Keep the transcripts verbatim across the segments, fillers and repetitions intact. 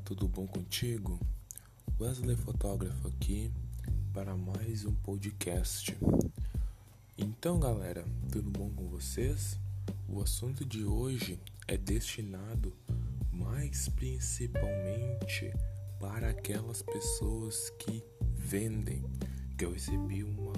tudo bom contigo? Wesley Fotógrafo aqui para mais um podcast. Então, galera, tudo bom com vocês? O assunto de hoje é destinado mais principalmente para aquelas pessoas que vendem, que eu recebi uma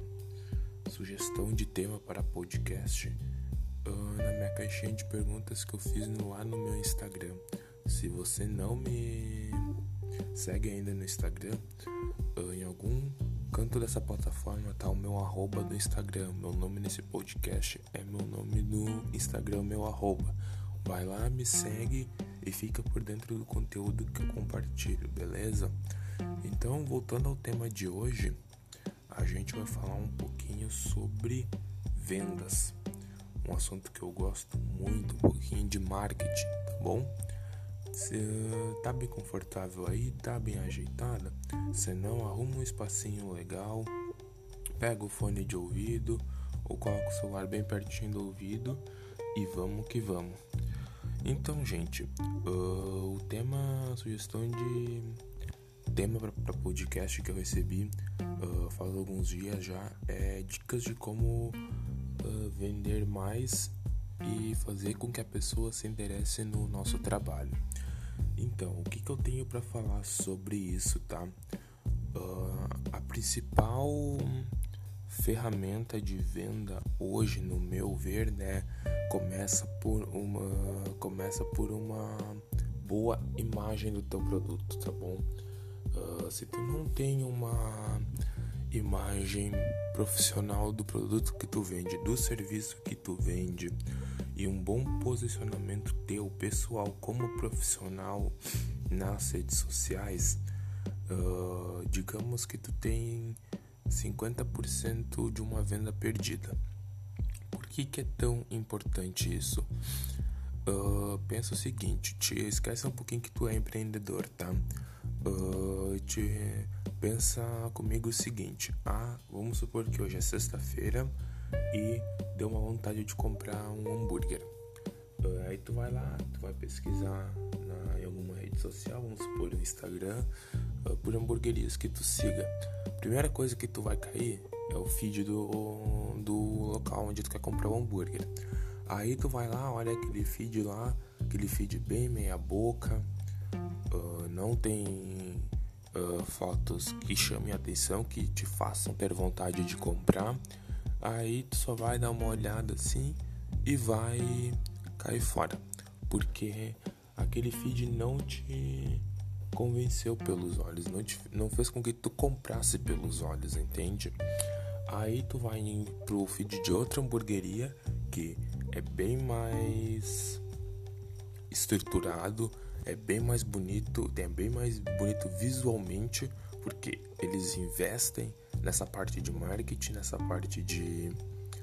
sugestão de tema para podcast uh, na minha caixinha de perguntas que eu fiz lá no meu Instagram. Se você não me segue ainda no Instagram, uh, em algum canto dessa plataforma tá o meu arroba do Instagram. Meu nome nesse podcast é meu nome no Instagram, meu arroba. Vai lá, me segue e fica por dentro do conteúdo que eu compartilho, beleza? Então, voltando ao tema de hoje, a gente vai falar um pouquinho sobre vendas. Um assunto que eu gosto muito, um pouquinho de marketing, tá bom? Se tá bem confortável aí, tá bem ajeitada, se não, arruma um espacinho legal, pega o fone de ouvido ou coloca o celular bem pertinho do ouvido e vamos que vamos. Então, gente, uh, o tema, a sugestão de tema para podcast que eu recebi uh, faz alguns dias já é dicas de como uh, vender mais e fazer com que a pessoa se interesse no nosso trabalho. Então, o que, que eu tenho para falar sobre isso, tá? Uh, a principal ferramenta de venda hoje, no meu ver, né, começa por uma, começa por uma boa imagem do teu produto, tá bom? Uh, se tu não tem uma imagem profissional do produto que tu vende, do serviço que tu vende, e um bom posicionamento teu pessoal como profissional nas redes sociais, uh, digamos que tu tem cinquenta por cento de uma venda perdida. Por que que é tão importante isso? Uh, pensa o seguinte, te esquece um pouquinho que tu é empreendedor, tá? Uh, te, pensa comigo o seguinte, ah, vamos supor que hoje é sexta-feira e deu uma vontade de comprar um hambúrguer. Uh, aí tu vai lá, tu vai pesquisar na, em alguma rede social, vamos supor no Instagram, uh, por hamburguerias que tu siga. Primeira coisa que tu vai cair é o feed do, do local onde tu quer comprar o hambúrguer. Aí tu vai lá, olha aquele feed lá, aquele feed bem meia boca, uh, não tem uh, fotos que chamem a atenção, que te façam ter vontade de comprar. Aí tu só vai dar uma olhada assim e vai cair fora, porque aquele feed não te convenceu pelos olhos, não, te, não fez com que tu comprasse pelos olhos, entende? Aí tu vai pro feed de outra hamburgueria que é bem mais estruturado, é bem mais bonito, é bem mais bonito visualmente, porque eles investem nessa parte de marketing, nessa parte de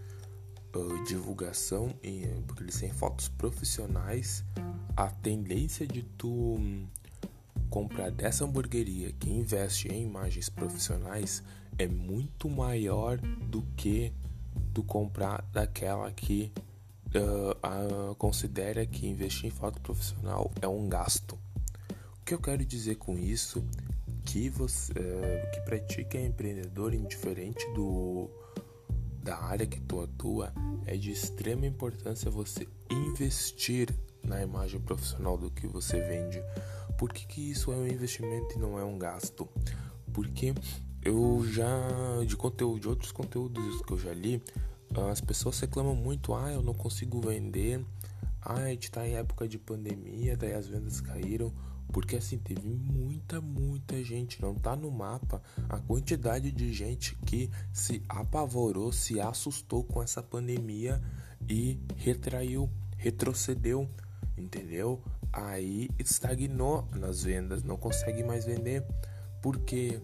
uh, divulgação, e, porque eles têm fotos profissionais. A tendência de tu um, comprar dessa hamburgueria que investe em imagens profissionais é muito maior do que tu comprar daquela que uh, uh, considera que investir em foto profissional é um gasto. O que eu quero dizer com isso? Que você uh, que pratica empreendedor, indiferente do, da área que tu atua, é de extrema importância você investir na imagem profissional do que você vende. Por que que isso é um investimento e não é um gasto? Porque eu já, de conteúdo, de outros conteúdos que eu já li, as pessoas reclamam muito, ah, eu não consigo vender, ah, a gente tá em época de pandemia, daí as vendas caíram. Porque assim, teve muita, muita gente, não tá no mapa a quantidade de gente que se apavorou, se assustou com essa pandemia e retraiu, retrocedeu, entendeu? Aí estagnou nas vendas, não consegue mais vender. Por quê?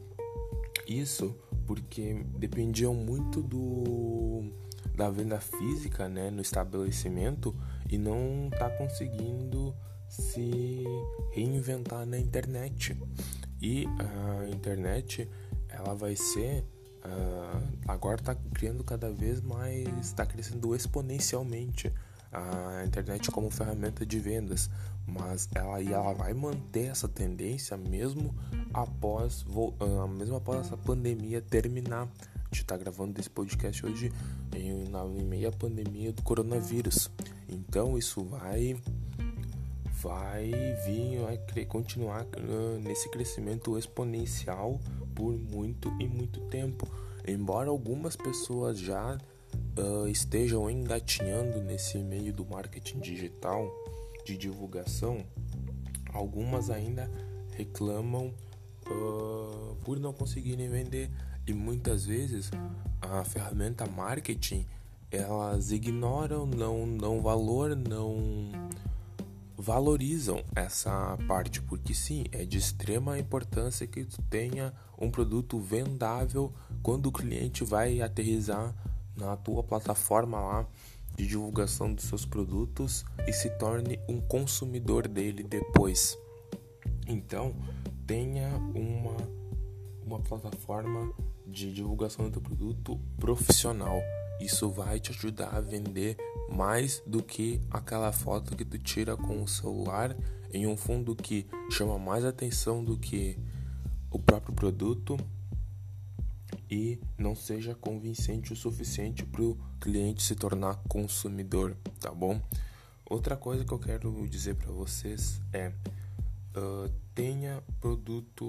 Isso porque dependiam muito do da venda física, né, no estabelecimento, e não tá conseguindo se reinventar na internet. E a internet, ela vai ser uh, agora tá criando cada vez mais, tá crescendo exponencialmente a internet como ferramenta de vendas, mas ela, e ela vai manter essa tendência mesmo após, mesmo após essa pandemia terminar. A gente está gravando esse podcast hoje em, na, em meio à pandemia do coronavírus. Então isso vai, vai vir, vai continuar uh, nesse crescimento exponencial por muito e muito tempo. Embora algumas pessoas já uh, estejam engatinhando nesse meio do marketing digital, de divulgação, algumas ainda reclamam uh, por não conseguirem vender. E muitas vezes a ferramenta marketing, elas ignoram, não dão valor, não valorizam essa parte, porque sim, é de extrema importância que tu tenha um produto vendável quando o cliente vai aterrissar na tua plataforma lá de divulgação dos seus produtos e se torne um consumidor dele depois. Então, tenha uma, uma plataforma de divulgação do teu produto profissional. Isso vai te ajudar a vender mais do que aquela foto que tu tira com o celular em um fundo que chama mais atenção do que o próprio produto e não seja convincente o suficiente para o cliente se tornar consumidor, tá bom? Outra coisa que eu quero dizer para vocês é uh, tenha produto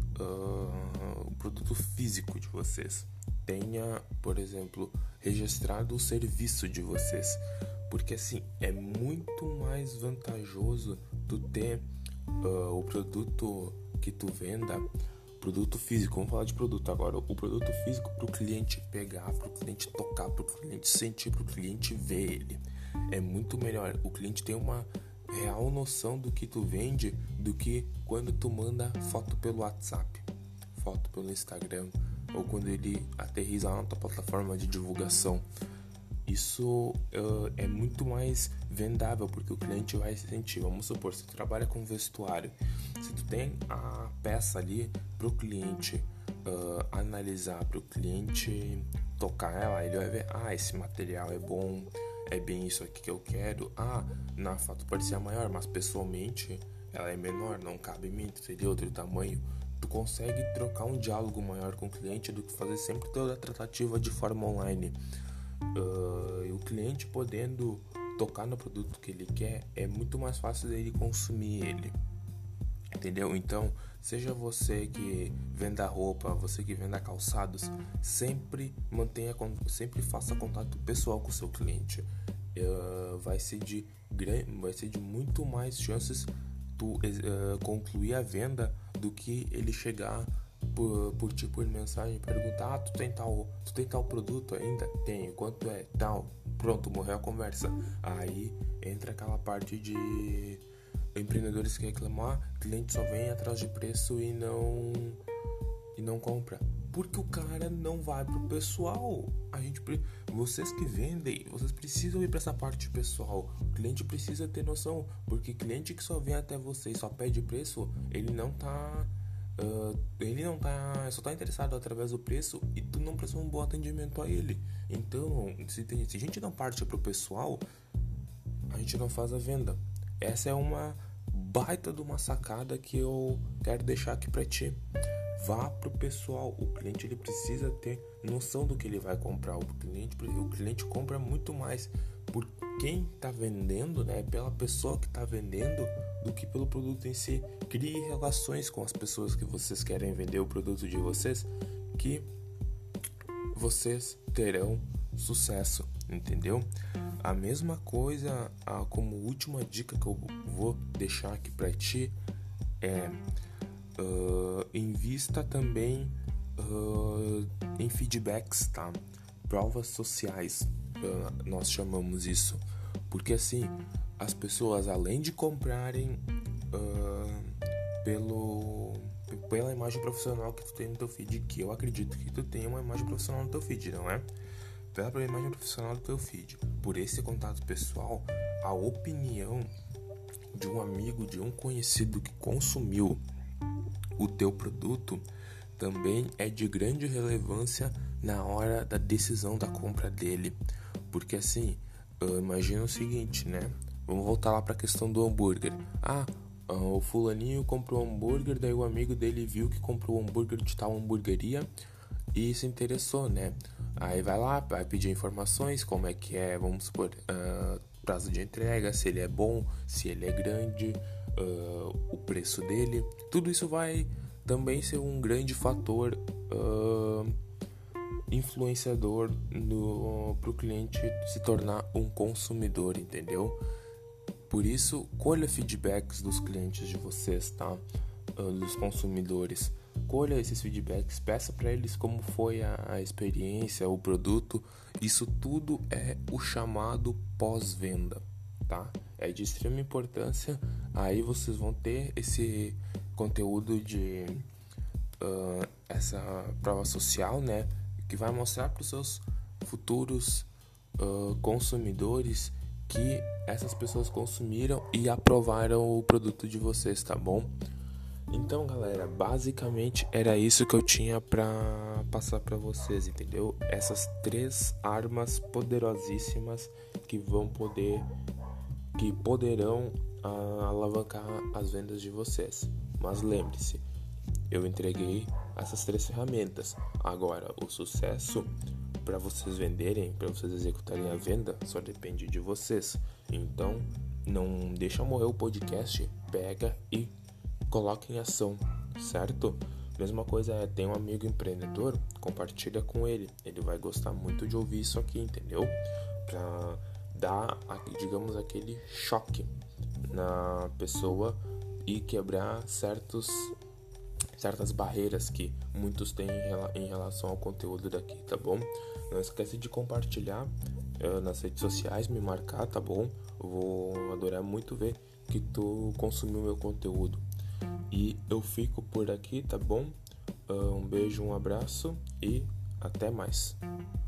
uh, o produto físico de vocês. Tenha, por exemplo, registrado o serviço de vocês, porque assim é muito mais vantajoso tu ter uh, o produto que tu venda, produto físico. Vamos falar de produto agora. O produto físico para o cliente pegar, para o cliente tocar, para o cliente sentir, para o cliente ver ele. É muito melhor. O cliente tem uma real noção do que tu vende do que quando tu manda foto pelo WhatsApp, foto pelo Instagram, ou quando ele aterriza na tua plataforma de divulgação. Isso uh, é muito mais vendável, porque o cliente vai se sentir. Vamos supor, se tu trabalha com vestuário, se tu tem a peça ali para o cliente uh, analisar, para o cliente tocar ela, ele vai ver, ah, esse material é bom, é bem isso aqui que eu quero. Ah, na foto pode ser maior, mas pessoalmente ela é menor, não cabe em mim, seria outro tamanho. Tu consegue trocar um diálogo maior com o cliente do que fazer sempre toda a tratativa de forma online. Uh, e o cliente podendo tocar no produto que ele quer, é muito mais fácil dele consumir ele, entendeu? Então, seja você que venda roupa, você que venda calçados, sempre mantenha, sempre faça contato pessoal com o seu cliente. Uh, vai ser de vai ser de muito mais chances tu uh, concluir a venda do que ele chegar por, por ti por mensagem e perguntar, ah, tu tem tal, tu tem tal produto ainda? Tenho, quanto é? Tal. Pronto, morreu a conversa. Aí entra aquela parte de empreendedores que reclamam, ah, cliente só vem atrás de preço e não e não compra. Porque o cara não vai pro pessoal. A gente, vocês que vendem, vocês precisam ir para essa parte pessoal. O cliente precisa ter noção, porque cliente que só vem até você e só pede preço, ele não tá Uh, ele não tá, só tá interessado através do preço e tu não presta um bom atendimento a ele. Então, se, tem, se a gente não parte pro pessoal, a gente não faz a venda. Essa é uma baita de uma sacada que eu quero deixar aqui pra ti. Vá pro pessoal. O cliente ele precisa ter noção do que ele vai comprar. O cliente, o cliente compra muito mais por quem tá vendendo, né? Pela pessoa que tá vendendo, do que pelo produto em si. Crie relações com as pessoas que vocês querem vender o produto de vocês, que vocês terão sucesso, entendeu? A mesma coisa, a, como última dica que eu vou deixar aqui pra ti é uh, invista também uh, em feedbacks, tá? Provas sociais, uh, nós chamamos isso, porque assim as pessoas, além de comprarem uh, pelo, pela imagem profissional que tu tem no teu feed, que eu acredito que tu tem uma imagem profissional no teu feed, não é? Pela imagem profissional do teu feed, por esse contato pessoal, a opinião de um amigo, de um conhecido que consumiu o teu produto também é de grande relevância na hora da decisão da compra dele, porque assim, uh, imagina o seguinte, né? Vamos voltar lá para a questão do hambúrguer. Ah, uh, o fulaninho comprou um hambúrguer, daí o amigo dele viu que comprou um hambúrguer de tal hamburgueria e se interessou, né? Aí vai lá, vai pedir informações, como é que é, vamos supor, uh, prazo de entrega, se ele é bom, se ele é grande, uh, o preço dele. Tudo isso vai também ser um grande fator uh, influenciador para o cliente se tornar um consumidor, entendeu? Por isso, colha feedbacks dos clientes de vocês, tá? Uh, dos consumidores. Colha esses feedbacks, peça para eles como foi a, a experiência, o produto. Isso tudo é o chamado pós-venda, tá? É de extrema importância. Aí vocês vão ter esse conteúdo de uh, essa prova social, né? Que vai mostrar para os seus futuros uh, consumidores que essas pessoas consumiram e aprovaram o produto de vocês, tá bom? Então, galera, basicamente era isso que eu tinha pra passar pra vocês, entendeu? Essas três armas poderosíssimas que vão poder, que poderão uh, alavancar as vendas de vocês. Mas lembre-se, eu entreguei essas três ferramentas. Agora, o sucesso para vocês venderem, para vocês executarem a venda, só depende de vocês. Então, não deixa morrer o podcast, pega e coloque em ação, certo? Mesma coisa é, tem um amigo empreendedor, compartilha com ele. Ele vai gostar muito de ouvir isso aqui, entendeu? Pra dar, digamos, aquele choque na pessoa e quebrar certos, certas barreiras que muitos têm em relação ao conteúdo daqui, tá bom? Não esquece de compartilhar uh, nas redes sociais, me marcar, tá bom? Eu vou adorar muito ver que tu consumiu meu conteúdo. E eu fico por aqui, tá bom? Uh, um beijo, um abraço e até mais.